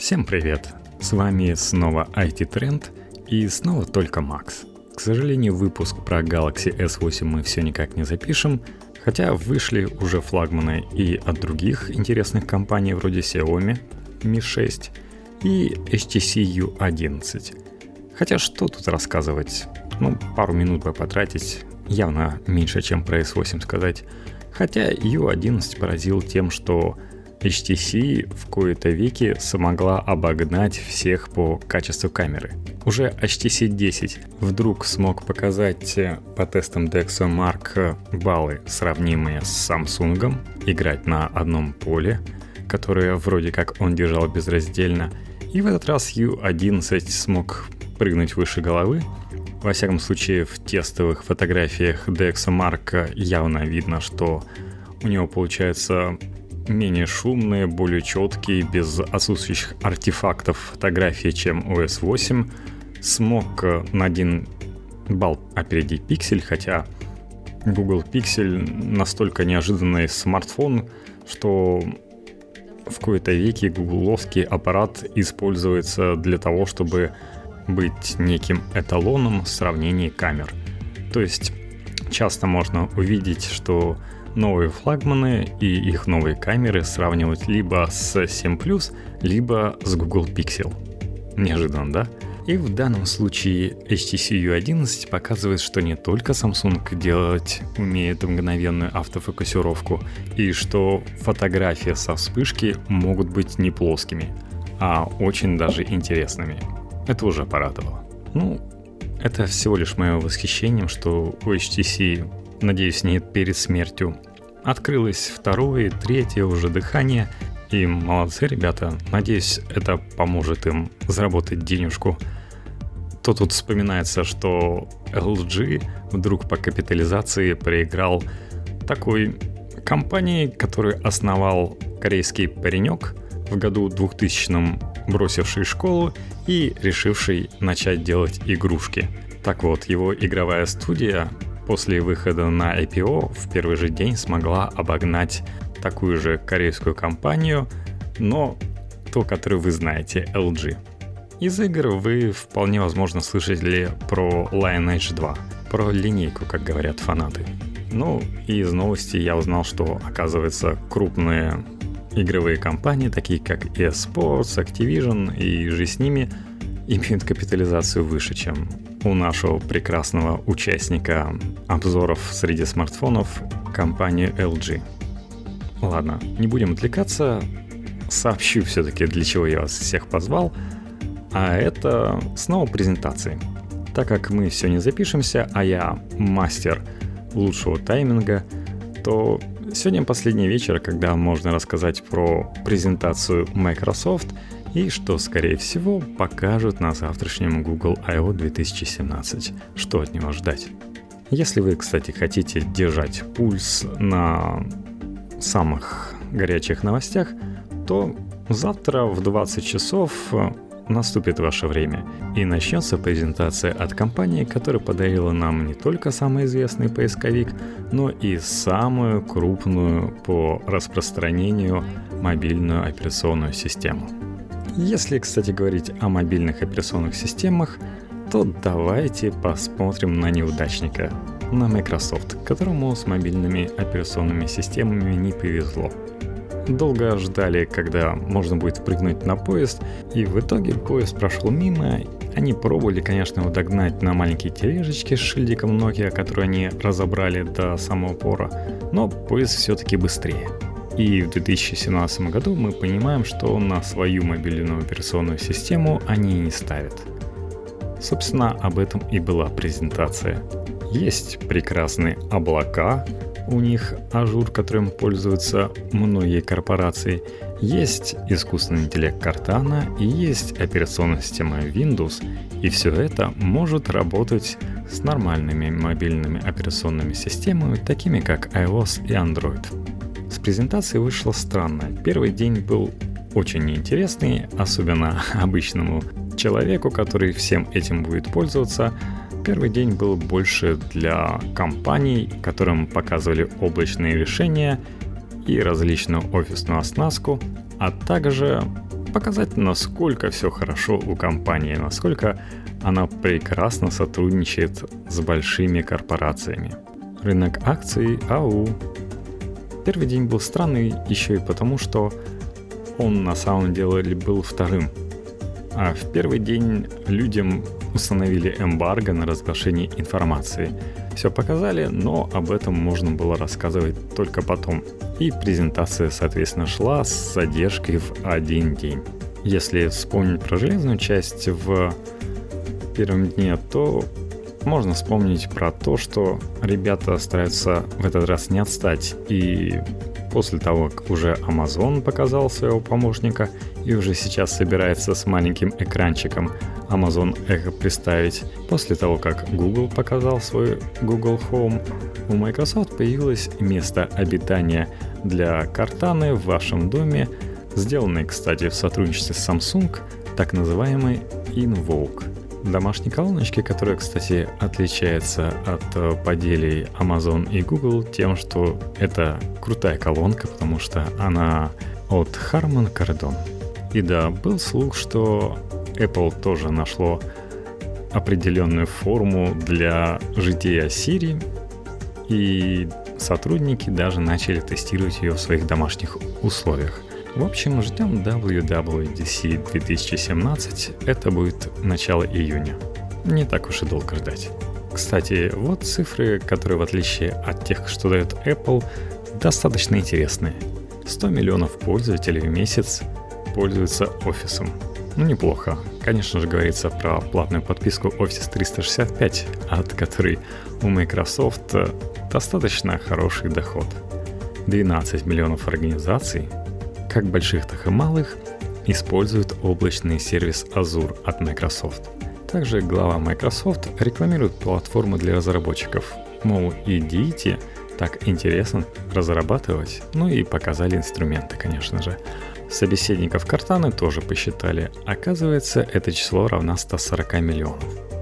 Всем привет! С вами снова IT-тренд и снова только Макс. К сожалению, выпуск про Galaxy S8 мы все никак не запишем, хотя вышли уже флагманы и от других интересных компаний вроде Xiaomi Mi 6 и HTC U11. Хотя что тут рассказывать? Пару минут бы потратить, явно меньше, чем про S8 сказать. Хотя U11 поразил тем, что HTC в кои-то веки смогла обогнать всех по качеству камеры. Уже HTC 10 вдруг смог показать по тестам DxOMark баллы, сравнимые с Samsung, играть на одном поле, которое вроде как он держал безраздельно. И в этот раз U11 смог прыгнуть выше головы. Во всяком случае, в тестовых фотографиях DxOMark явно видно, что у него получается менее шумные, более четкие, без отсутствующих артефактов фотографии, чем у S8. Смог на 1 балл опередить Pixel, хотя Google Pixel настолько неожиданный смартфон, что в кои-то веки гугловский аппарат используется для того, чтобы быть неким эталоном в сравнении камер. То есть часто можно увидеть, что новые флагманы и их новые камеры сравнивают либо с 7 Plus, либо с Google Pixel. Неожиданно, да? И в данном случае HTC U11 показывает, что не только Samsung делать умеет мгновенную автофокусировку, и что фотографии со вспышки могут быть не плоскими, а очень даже интересными. Это уже порадовало. Это всего лишь мое восхищение, что у HTC, надеюсь, нет перед смертью, открылось второе, третье уже дыхание. И молодцы ребята. Надеюсь, это поможет им заработать денежку. То тут вспоминается, что LG вдруг по капитализации проиграл такой компании, которую основал корейский паренек в году 2000-м, бросивший школу и решивший начать делать игрушки. Так вот, его игровая студия после выхода на IPO в первый же день смогла обогнать такую же корейскую компанию, но ту, которую вы знаете, LG. Из игр вы вполне возможно слышали про Lineage 2, про линейку, как говорят фанаты. И из новостей я узнал, что, оказывается, крупные игровые компании, такие как EA Sports, Activision и же с ними, имеют капитализацию выше, чем у нашего прекрасного участника обзоров среди смартфонов, компании LG. Ладно, не будем отвлекаться, сообщу все-таки, для чего я вас всех позвал, а это снова презентации. Так как мы все не запишемся, а я мастер лучшего тайминга, то сегодня последний вечер, когда можно рассказать про презентацию Microsoft и что, скорее всего, покажут на завтрашнем Google I.O. 2017. Что от него ждать? Если вы, кстати, хотите держать пульс на самых горячих новостях, то завтра в 20 часов наступит ваше время, и начнется презентация от компании, которая подарила нам не только самый известный поисковик, но и самую крупную по распространению мобильную операционную систему. Если, кстати, говорить о мобильных операционных системах, то давайте посмотрим на неудачника, на Microsoft, которому с мобильными операционными системами не повезло. Долго ждали, когда можно будет прыгнуть на поезд, и в итоге поезд прошел мимо. Они пробовали, конечно, его догнать на маленькие тележечки с шильдиком Nokia, которые они разобрали до самого упора, но поезд все-таки быстрее. И в 2017 году мы понимаем, что на свою мобильную операционную систему они не ставят. Собственно, об этом и была презентация. Есть прекрасные облака, у них Azure, которым пользуются многие корпорации, есть искусственный интеллект Cortana и есть операционная система Windows, и все это может работать с нормальными мобильными операционными системами, такими как iOS и Android. С презентацией вышло странно. Первый день был очень неинтересный, особенно обычному человеку, который всем этим будет пользоваться. Первый день был больше для компаний, которым показывали облачные решения и различную офисную оснастку, а также показать, насколько все хорошо у компании, насколько она прекрасно сотрудничает с большими корпорациями. Рынок акций АУ. Первый день был странный еще и потому, что он на самом деле был вторым. А в первый день людям установили эмбарго на разглашение информации. Все показали, но об этом можно было рассказывать только потом. И презентация, соответственно, шла с задержкой в один день. Если вспомнить про железную часть в первом дне, то можно вспомнить про то, что ребята стараются в этот раз не отстать. И после того, как уже Amazon показал своего помощника и уже сейчас собирается с маленьким экранчиком Amazon Echo представить, после того, как Google показал свой Google Home, у Microsoft появилось место обитания для Cortana в вашем доме, сделанный, кстати, в сотрудничестве с Samsung, так называемый Invoke. Домашней колоночки, которая, кстати, отличается от поделий Amazon и Google тем, что это крутая колонка, потому что она от Harman Kardon. И да, был слух, что Apple тоже нашло определенную форму для жития Siri, и сотрудники даже начали тестировать ее в своих домашних условиях. В общем, ждем WWDC 2017, это будет начало июня. Не так уж и долго ждать. Кстати, вот цифры, которые в отличие от тех, что дает Apple, достаточно интересные. 100 миллионов пользователей в месяц пользуются офисом. Ну, неплохо. Конечно же, говорится про платную подписку Office 365, от которой у Microsoft достаточно хороший доход. 12 миллионов организаций, как больших, так и малых, используют облачный сервис Azure от Microsoft. Также глава Microsoft рекламирует платформу для разработчиков. Мол, идите, так интересно разрабатывать. Ну и показали инструменты, конечно же. Собеседников Cortana тоже посчитали. Оказывается, это число равно 140 миллионов.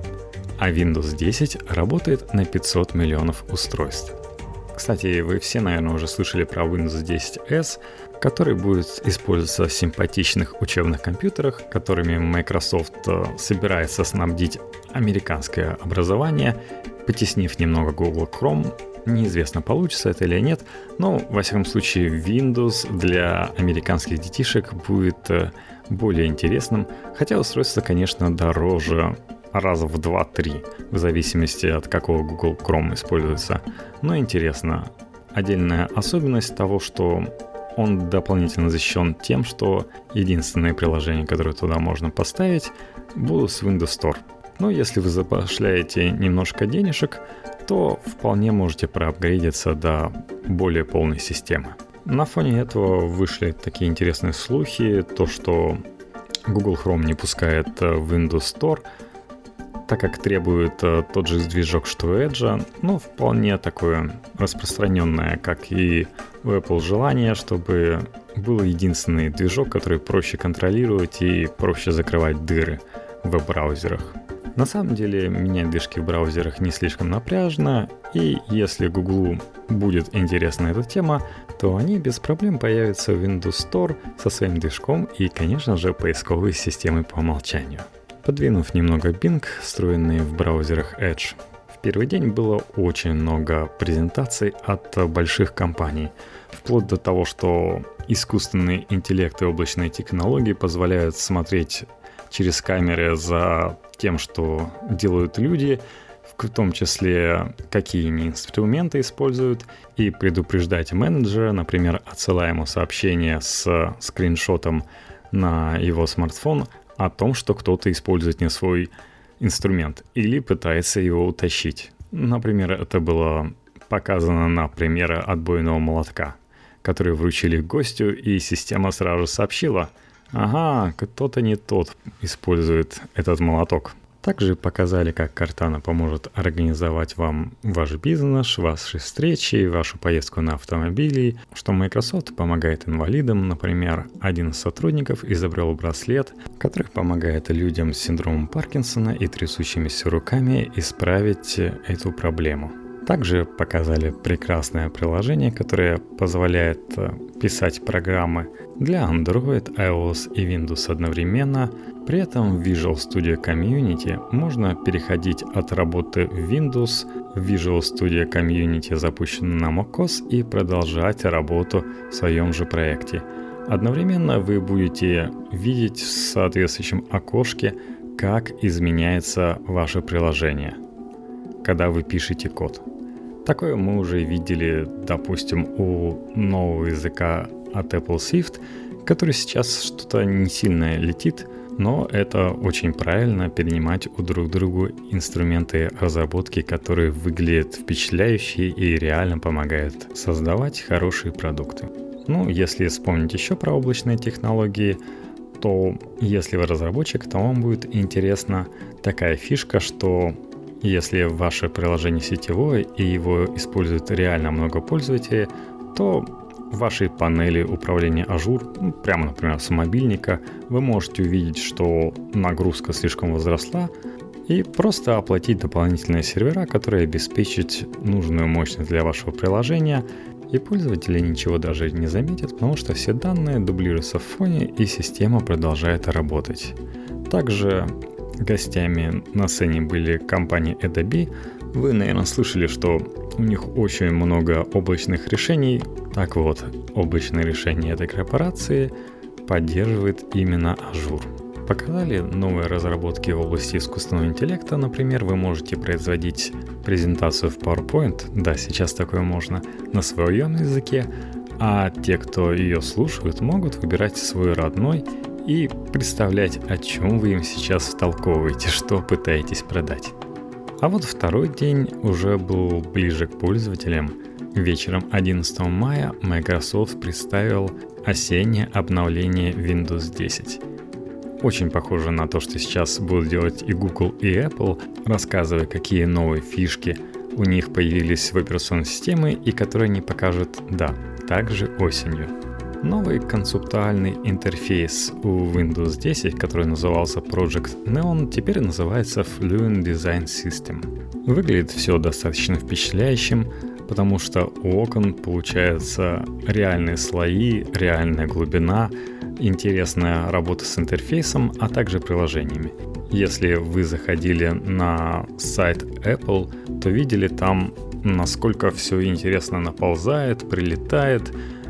А Windows 10 работает на 500 миллионов устройств. Кстати, вы все, наверное, уже слышали про Windows 10S, который будет использоваться в симпатичных учебных компьютерах, которыми Microsoft собирается снабдить американское образование, потеснив немного Google Chrome. Неизвестно, получится это или нет, но, во всяком случае, Windows для американских детишек будет более интересным, хотя устройство, конечно, дороже раза в 2-3, в зависимости от какого Google Chrome используется. Но интересно, отдельная особенность того, что он дополнительно защищен тем, что единственные приложения, которые туда можно поставить, будут с Windows Store. Но если вы запошляете немножко денежек, то вполне можете проапгрейдиться до более полной системы. На фоне этого вышли такие интересные слухи, то что Google Chrome не пускает Windows Store, так как требует тот же движок, что у Edge, но вполне такое распространенное, как и у Apple, желание, чтобы был единственный движок, который проще контролировать и проще закрывать дыры в веб-браузерах. На самом деле, менять движки в браузерах не слишком напряжно, и если Google будет интересна эта тема, то они без проблем появятся в Windows Store со своим движком и, конечно же, поисковой системой по умолчанию. Подвинув немного Bing, встроенный в браузерах Edge, в первый день было очень много презентаций от больших компаний, вплоть до того, что искусственный интеллект и облачные технологии позволяют смотреть через камеры за тем, что делают люди, в том числе какие они инструменты используют, и предупреждать менеджера, например, отсылая ему сообщение с скриншотом на его смартфон о том, что кто-то использует не свой инструмент или пытается его утащить. Например, это было показано на примере отбойного молотка, который вручили гостю, и система сразу же сообщила: ага, кто-то не тот использует этот молоток. Также показали, как Cortana поможет организовать вам ваш бизнес, ваши встречи, вашу поездку на автомобиле, что Microsoft помогает инвалидам. Например, один из сотрудников изобрел браслет, который помогает людям с синдромом Паркинсона и трясущимися руками исправить эту проблему. Также показали прекрасное приложение, которое позволяет писать программы для Android, iOS и Windows одновременно. При этом в Visual Studio Community можно переходить от работы в Windows в Visual Studio Community, запущенный на macOS, и продолжать работу в своем же проекте. Одновременно вы будете видеть в соответствующем окошке, как изменяется ваше приложение, когда вы пишете код. Такое мы уже видели, допустим, у нового языка от Apple Swift, который сейчас что-то не сильно летит, но это очень правильно перенимать у друг друга инструменты разработки, которые выглядят впечатляюще и реально помогают создавать хорошие продукты. Если вспомнить еще про облачные технологии, то если вы разработчик, то вам будет интересна такая фишка, что если ваше приложение сетевое и его использует реально много пользователей, то в вашей панели управления Azure, прямо, например, с мобильника, вы можете увидеть, что нагрузка слишком возросла, и просто оплатить дополнительные сервера, которые обеспечат нужную мощность для вашего приложения, и пользователи ничего даже не заметят, потому что все данные дублируются в фоне, и система продолжает работать. Также гостями на сцене были компании Adobe. Вы, наверное, слышали, что у них очень много облачных решений. Так вот, облачное решение этой корпорации поддерживает именно Azure. Показали новые разработки в области искусственного интеллекта. Например, вы можете производить презентацию в PowerPoint, да, сейчас такое можно, на своем языке, а те, кто ее слушают, могут выбирать свой родной и представлять, о чем вы им сейчас втолковываете, что пытаетесь продать. А вот второй день уже был ближе к пользователям. Вечером 11 мая Microsoft представил осеннее обновление Windows 10. Очень похоже на то, что сейчас будут делать и Google, и Apple, рассказывая, какие новые фишки у них появились в операционной системе и которые они покажут, также осенью. Новый концептуальный интерфейс у Windows 10, который назывался Project Neon, теперь называется Fluent Design System. Выглядит все достаточно впечатляющим, потому что у окон получаются реальные слои, реальная глубина, интересная работа с интерфейсом, а также приложениями. Если вы заходили на сайт Apple, то видели там, насколько все интересно наползает, прилетает,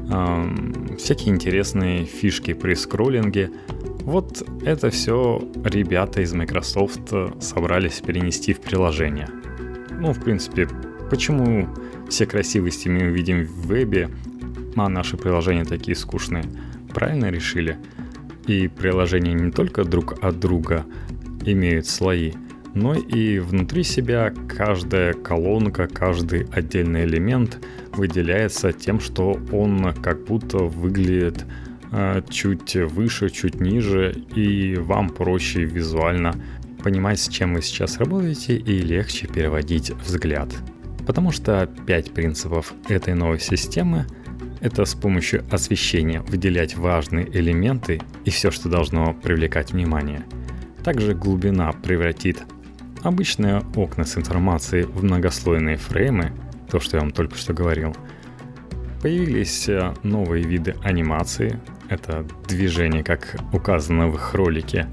всякие интересные фишки при скроллинге. Вот это все ребята из Microsoft собрались перенести в приложение. В принципе, почему все красивости мы видим в вебе, а наши приложения такие скучные? Правильно решили. И приложения не только друг от друга имеют слои, но и внутри себя каждая колонка, каждый отдельный элемент выделяется тем, что он как будто выглядит чуть выше, чуть ниже, и вам проще визуально понимать, с чем вы сейчас работаете, и легче переводить взгляд. Потому что 5 принципов этой новой системы — это с помощью освещения выделять важные элементы и все, что должно привлекать внимание. Также глубина превратит обычные окна с информацией в многослойные фреймы, то, что я вам только что говорил. Появились новые виды анимации, это движение, как указано в их ролике.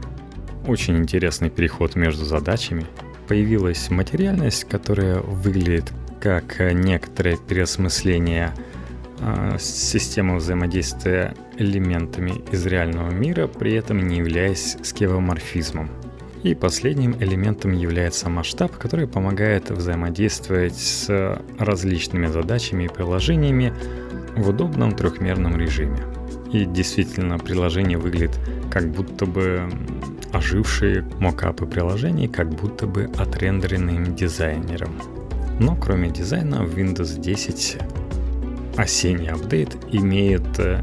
Очень интересный переход между задачами. Появилась материальность, которая выглядит как некоторое переосмысление системы взаимодействия элементами из реального мира, при этом не являясь скевоморфизмом. И последним элементом является масштаб, который помогает взаимодействовать с различными задачами и приложениями в удобном трехмерном режиме. И действительно, приложение выглядит как будто бы ожившие мокапы приложений, как будто бы отрендеренным дизайнером. Но кроме дизайна, в Windows 10 осенний апдейт имеет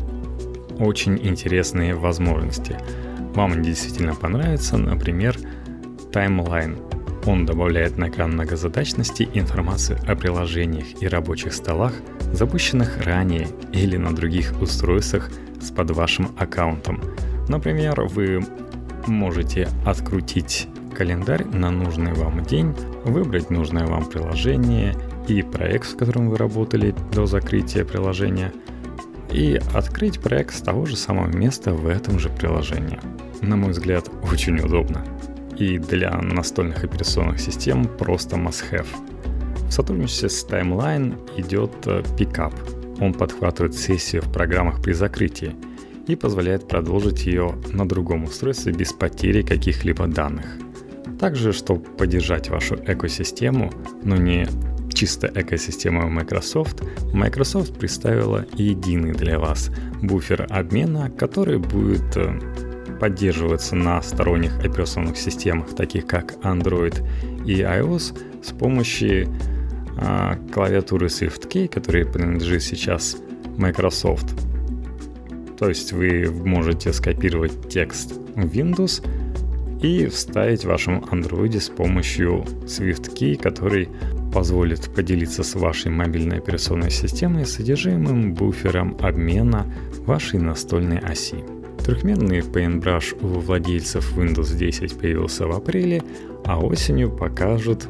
очень интересные возможности. Вам они действительно понравятся, например, таймлайн. Он добавляет на экран многозадачности информацию о приложениях и рабочих столах, запущенных ранее или на других устройствах с под вашим аккаунтом. Например, вы можете открутить календарь на нужный вам день, выбрать нужное вам приложение и проект, в котором вы работали до закрытия приложения, и открыть проект с того же самого места в этом же приложении. На мой взгляд, очень удобно. И для настольных операционных систем просто must-have. В сотрудничестве с Timeline идет Pickup. Он подхватывает сессию в программах при закрытии и позволяет продолжить ее на другом устройстве без потери каких-либо данных. Также, чтобы поддержать вашу экосистему, но не чисто экосистему Microsoft представила единый для вас буфер обмена, который будет поддерживаться на сторонних операционных системах, таких как Android и iOS, с помощью клавиатуры SwiftKey, которая принадлежит сейчас Microsoft. То есть вы можете скопировать текст в Windows и вставить в вашем Android с помощью SwiftKey, который позволит поделиться с вашей мобильной операционной системой содержимым буфером обмена вашей настольной оси. Трехмерный Paintbrush у владельцев Windows 10 появился в апреле, а осенью покажут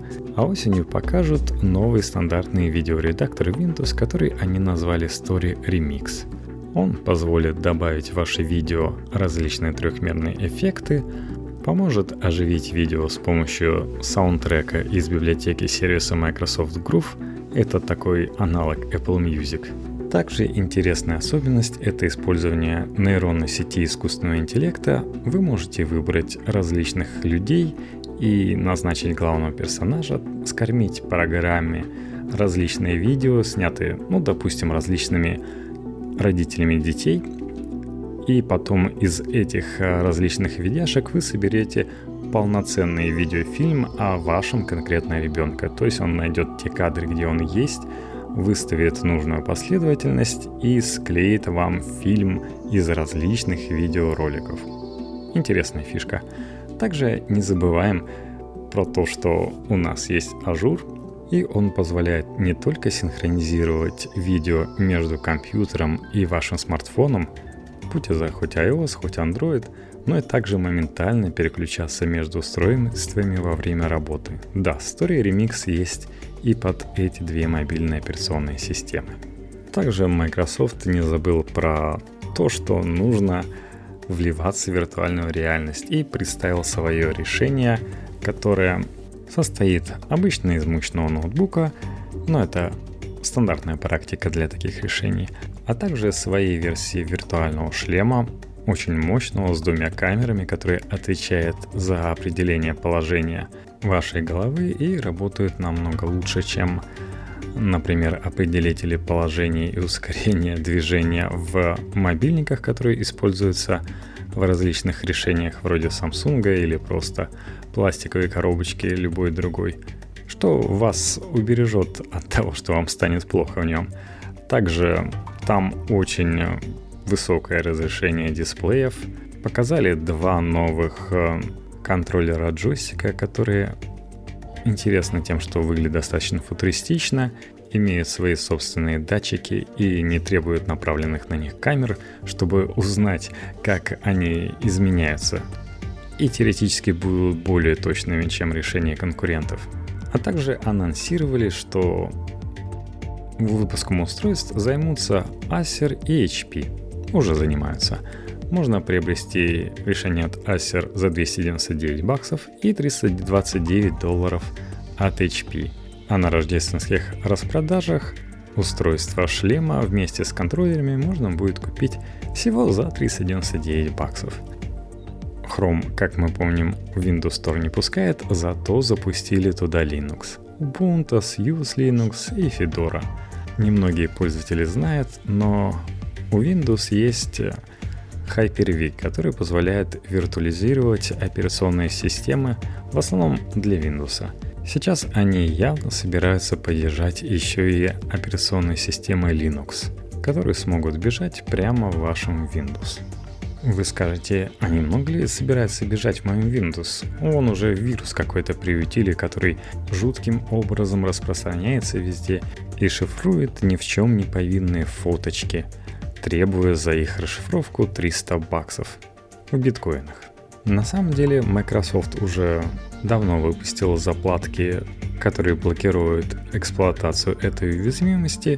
новый стандартный видеоредактор Windows, который они назвали Story Remix. Он позволит добавить в ваше видео различные трехмерные эффекты, поможет оживить видео с помощью саундтрека из библиотеки сервиса Microsoft Groove. Это такой аналог Apple Music. Также интересная особенность – это использование нейронной сети искусственного интеллекта. Вы можете выбрать различных людей и назначить главного персонажа, скормить программе различные видео, снятые, допустим, различными родителями детей. И потом из этих различных видяшек вы соберете полноценный видеофильм о вашем конкретном ребенке. То есть он найдет те кадры, где он есть, выставит нужную последовательность и склеит вам фильм из различных видеороликов. Интересная фишка. Также не забываем про то, что у нас есть ажур, и он позволяет не только синхронизировать видео между компьютером и вашим смартфоном, будь это хоть iOS, хоть Android, но и также моментально переключаться между устройствами во время работы. Да, Story Remix есть и под эти две мобильные операционные системы. Также Microsoft не забыл про то, что нужно вливаться в виртуальную реальность, и представил свое решение, которое состоит обычно из мощного ноутбука, но это стандартная практика для таких решений, а также своей версии виртуального шлема, очень мощного, с двумя камерами, которые отвечают за определение положения вашей головы и работают намного лучше, чем, например, определители положения и ускорения движения в мобильниках, которые используются в различных решениях вроде Samsung или просто пластиковой коробочки или любой другой, что вас убережет от того, что вам станет плохо в нем. Также там очень высокое разрешение дисплеев. Показали два новых контроллера джойстика, которые интересны тем, что выглядят достаточно футуристично, имеют свои собственные датчики и не требуют направленных на них камер, чтобы узнать, как они изменяются. И теоретически будут более точными, чем решения конкурентов. А также анонсировали, что выпуском устройств займутся Acer и HP. Уже занимаются. Можно приобрести решение от Acer за $299 и $329 от HP. А на рождественских распродажах устройство шлема вместе с контроллерами можно будет купить всего за $399. Chrome, как мы помним, Windows Store не пускает, зато запустили туда Linux. Ubuntu, SUSE Linux и Fedora. Немногие пользователи знают, но у Windows есть Hyper-V, который позволяет виртуализировать операционные системы, в основном для Windows. Сейчас они явно собираются поддержать еще и операционные системы Linux, которые смогут бежать прямо в вашем Windows. Вы скажете, а не много ли собирается бежать в моем Windows? Он уже вирус какой-то приютили, который жутким образом распространяется везде и шифрует ни в чем не повинные фоточки, требуя за их расшифровку $300 в биткоинах. На самом деле Microsoft уже давно выпустил заплатки которые блокируют эксплуатацию этой уязвимости,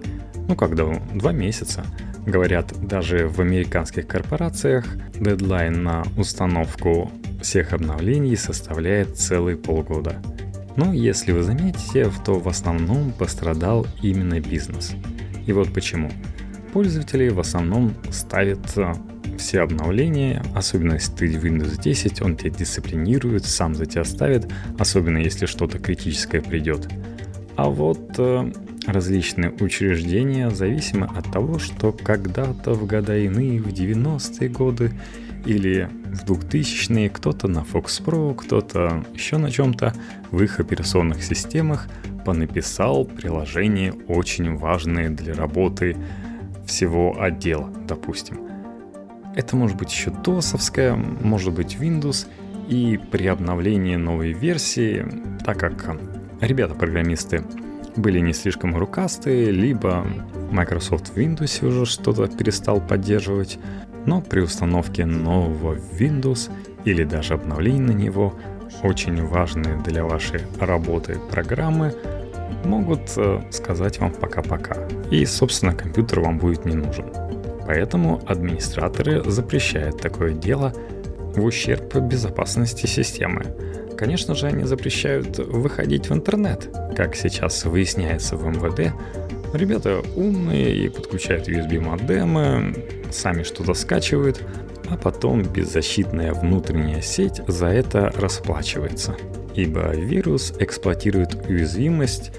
2 месяца. Говорят, даже в американских корпорациях дедлайн на установку всех обновлений составляет целые полгода. Но если вы заметите, то в основном пострадал именно бизнес. И вот почему. Пользователи в основном ставят все обновления, особенно если ты в Windows 10, он тебя дисциплинирует, сам за тебя ставит, особенно если что-то критическое придет. А вот различные учреждения зависимы от того, что когда-то в года иные, в 90-е годы или в 2000-е кто-то на Fox Pro, кто-то еще на чем-то в их операционных системах понаписал приложения, очень важные для работы всего отдела, допустим. Это может быть еще DOS-овская, может быть Windows, и при обновлении новой версии, так как ребята-программисты были не слишком рукастые, либо Microsoft в Windows уже что-то перестал поддерживать, но при установке нового Windows или даже обновлений на него очень важные для вашей работы программы могут сказать вам пока-пока. И, собственно, компьютер вам будет не нужен. Поэтому администраторы запрещают такое дело в ущерб безопасности системы. Конечно же, они запрещают выходить в интернет. Как сейчас выясняется в МВД, ребята умные и подключают USB-модемы, сами что-то скачивают, а потом беззащитная внутренняя сеть за это расплачивается. Ибо вирус эксплуатирует уязвимость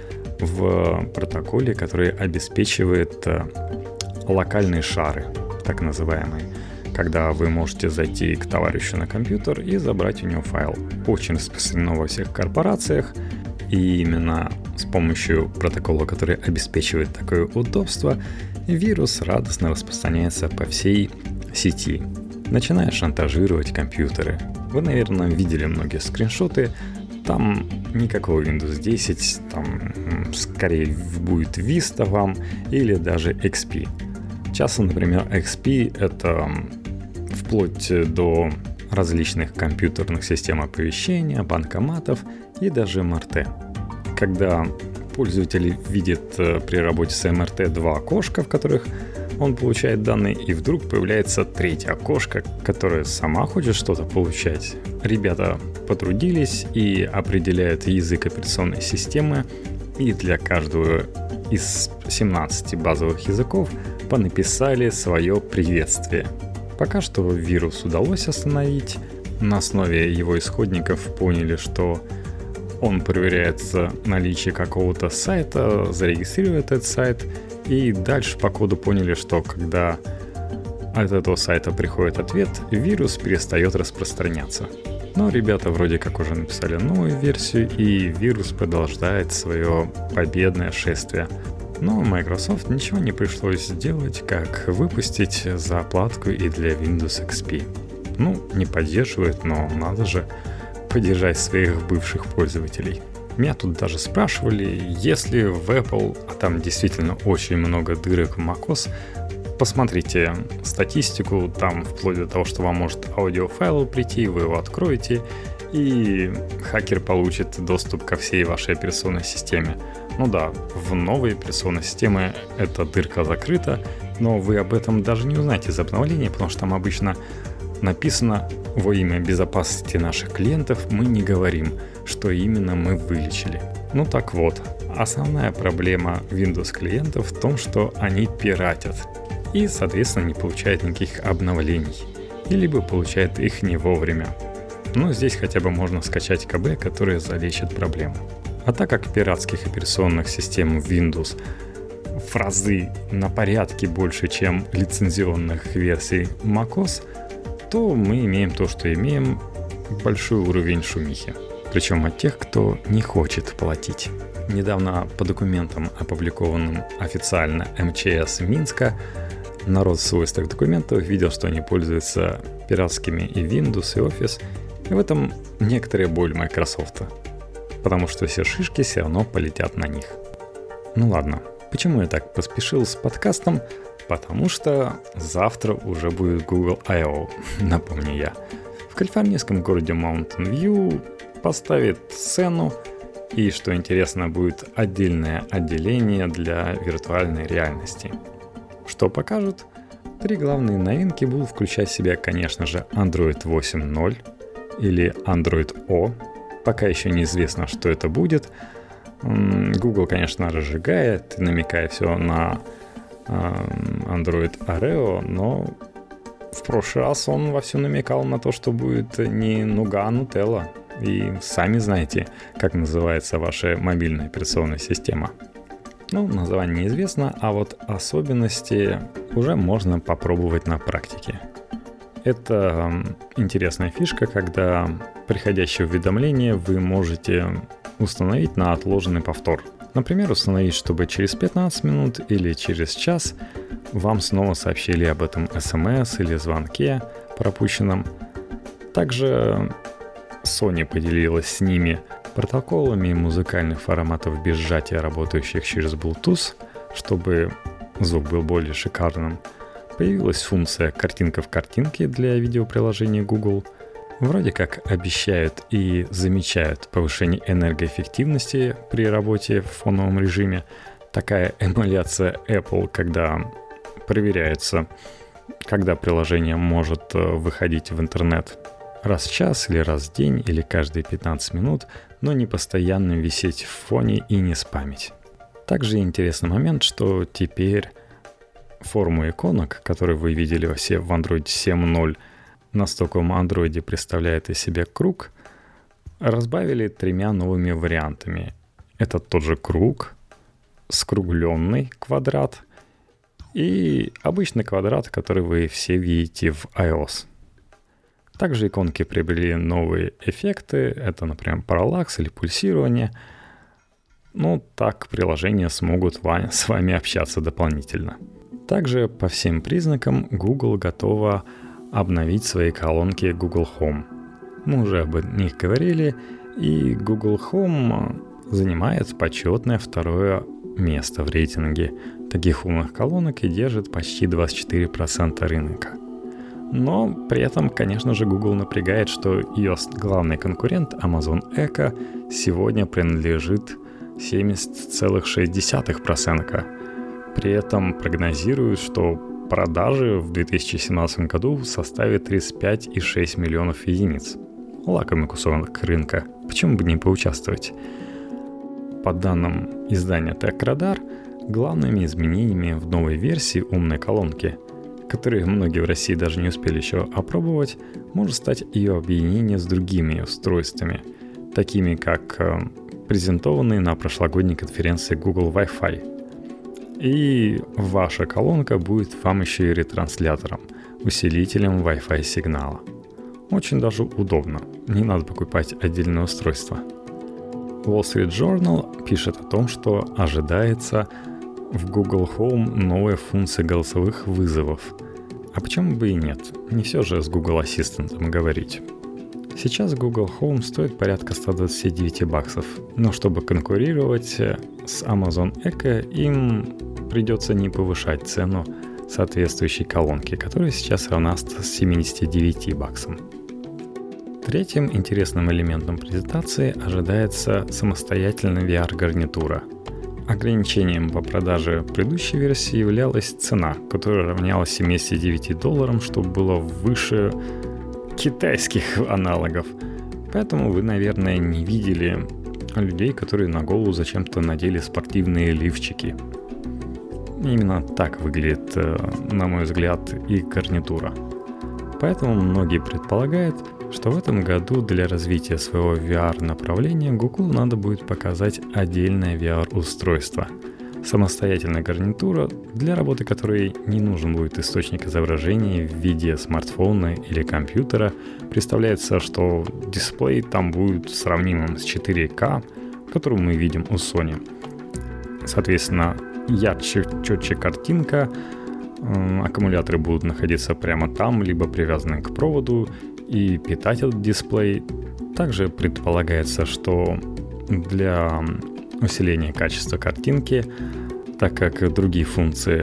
в протоколе, который обеспечивает локальные шары, так называемые, когда вы можете зайти к товарищу на компьютер и забрать у него файл. Очень распространено во всех корпорациях, и именно с помощью протокола, который обеспечивает такое удобство, вирус радостно распространяется по всей сети, начиная шантажировать компьютеры. Вы, наверное, видели многие скриншоты. Там никакого Windows 10, там скорее будет Vista вам или даже XP. Часто, например, XP — это вплоть до различных компьютерных систем оповещения, банкоматов и даже МРТ. Когда пользователь видит при работе с МРТ два окошка, в которых он получает данные, и вдруг появляется третье окошко, которое сама хочет что-то получать. Ребята потрудились и определяют язык операционной системы, и для каждого из 17 базовых языков понаписали свое приветствие. Пока что вирус удалось остановить. На основе его исходников поняли, что он проверяет наличие какого-то сайта, зарегистрирует этот сайт, и дальше по коду поняли, что когда от этого сайта приходит ответ, вирус перестает распространяться. Но ребята вроде как уже написали новую версию, и вирус продолжает свое победное шествие. Но Microsoft ничего не пришлось сделать, как выпустить заплатку и для Windows XP. Не поддерживает, но надо же поддержать своих бывших пользователей. Меня тут даже спрашивали, если в Apple, а там действительно очень много дырок в macOS, посмотрите статистику, там вплоть до того, что вам может аудиофайл прийти, вы его откроете, и хакер получит доступ ко всей вашей операционной системе. В новой операционной системе эта дырка закрыта, но вы об этом даже не узнаете из обновления, потому что там обычно написано: во имя безопасности наших клиентов мы не говорим, что именно мы вылечили. Так вот, основная проблема Windows клиентов в том, что они пиратят и, соответственно, не получают никаких обновлений, и либо получают их не вовремя. Здесь хотя бы можно скачать КБ, которое залечит проблему. А так как пиратских операционных систем Windows в разы на порядке больше, чем лицензионных версий macOS, то мы имеем то, что имеем, большой уровень шумихи. Причем от тех, кто не хочет платить. Недавно по документам, опубликованным официально МЧС Минска, народ в свойствах документов видел, что они пользуются пиратскими и Windows, и Office. И в этом некоторая боль Microsoft. Потому что все шишки все равно полетят на них. Ладно, почему я так поспешил с подкастом? Потому что завтра уже будет Google I.O., напомню я. В калифорнийском городе Mountain View поставит сцену, И, что интересно, будет отдельное отделение для виртуальной реальности. Что покажут? 3 главные новинки будут включать в себя, конечно же, Android 8.0 или Android O. Пока еще неизвестно, что это будет. Google, конечно, разжигает, намекая все на Android Oreo, но в прошлый раз он вовсю намекал на то, что будет не Nougat, а Nutella. И сами знаете, как называется ваша мобильная операционная система. Название неизвестно, а вот особенности уже можно попробовать на практике. Это интересная фишка, когда приходящее уведомление вы можете установить на отложенный повтор. Например, установить, чтобы через 15 минут или через час вам снова сообщили об этом смс или звонке пропущенном. Также Sony поделилась с ними протоколами музыкальных форматов без сжатия, работающих через Bluetooth, чтобы звук был более шикарным. Появилась функция «Картинка в картинке» для видеоприложения Google. Вроде как обещают и замечают повышение энергоэффективности при работе в фоновом режиме. Такая эмуляция Apple, когда проверяется, когда приложение может выходить в интернет раз в час или раз в день или каждые 15 минут, но не постоянно висеть в фоне и не спамить. Также интересный момент, что теперь форму иконок, которые вы видели все в Android 7.0, на стоковом Android представляет из себя круг, разбавили 3 новыми вариантами. Это тот же круг, скругленный квадрат и обычный квадрат, который вы все видите в iOS. Также иконки приобрели новые эффекты, это, например, параллакс или пульсирование. Так приложения смогут с вами общаться дополнительно. Также по всем признакам Google готова обновить свои колонки Google Home. Мы уже об них говорили, и Google Home занимает почетное 2 место в рейтинге таких умных колонок и держит почти 24% рынка. Но при этом, конечно же, Google напрягает, что ее главный конкурент Amazon Echo сегодня принадлежит 70,6%. При этом прогнозируют, что продажи в 2017 году составят 35,6 миллионов единиц. Лакомый кусок рынка. Почему бы не поучаствовать? По данным издания TechRadar, главными изменениями в новой версии умной колонки, которые многие в России даже не успели еще опробовать, может стать ее объединение с другими устройствами, такими как презентованные на прошлогодней конференции Google Wi-Fi. И ваша колонка будет вам еще и ретранслятором, усилителем Wi-Fi сигнала. Очень даже удобно, не надо покупать отдельное устройство. Wall Street Journal пишет о том, что ожидается в Google Home новая функция голосовых вызовов. А почему бы и нет? Не все же с Google Ассистентом говорить. Сейчас Google Home стоит порядка $129, но чтобы конкурировать с Amazon Echo, им придется не повышать цену соответствующей колонки, которая сейчас равна $79. Третьим интересным элементом презентации ожидается самостоятельная VR-гарнитура. Ограничением по продаже предыдущей версии являлась цена, которая равнялась $79, что было выше китайских аналогов. Поэтому вы, наверное, не видели людей, которые на голову зачем-то надели спортивные лифчики. Именно так выглядит, на мой взгляд, и гарнитура. Поэтому многие предполагают, что в этом году для развития своего VR-направления Google надо будет показать отдельное VR-устройство. Самостоятельная гарнитура, для работы которой не нужен будет источник изображения в виде смартфона или компьютера. Представляется, что дисплей там будет сравнимым с 4К, который мы видим у Sony. Соответственно, ярче, четче картинка, аккумуляторы будут находиться прямо там, либо привязаны к проводу, и питать этот дисплей. Также предполагается, что для усиления качества картинки, так как другие функции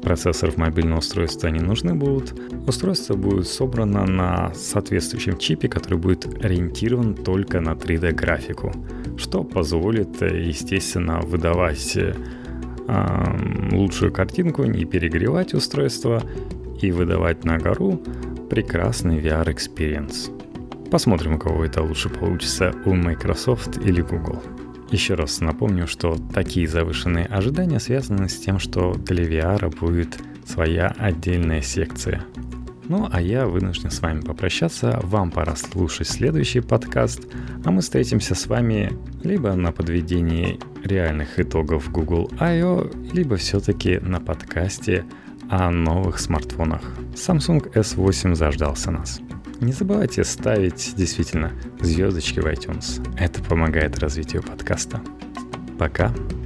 процессор в мобильное устройство не нужны будут. Устройство будет собрано на соответствующем чипе, который будет ориентирован только на 3D-графику, что позволит, естественно, выдавать лучшую картинку, не перегревать устройство и выдавать на гору прекрасный VR-экспириенс. Посмотрим, у кого это лучше получится, у Microsoft или Google. Еще раз напомню, что такие завышенные ожидания связаны с тем, что для VR будет своя отдельная секция. Ну, а я вынужден с вами попрощаться. Вам пора слушать следующий подкаст, а мы встретимся с вами либо на подведении реальных итогов Google I.O., либо все-таки на подкасте о новых смартфонах. Samsung S8 заждался нас. Не забывайте ставить действительно звездочки в iTunes. Это помогает развитию подкаста. Пока.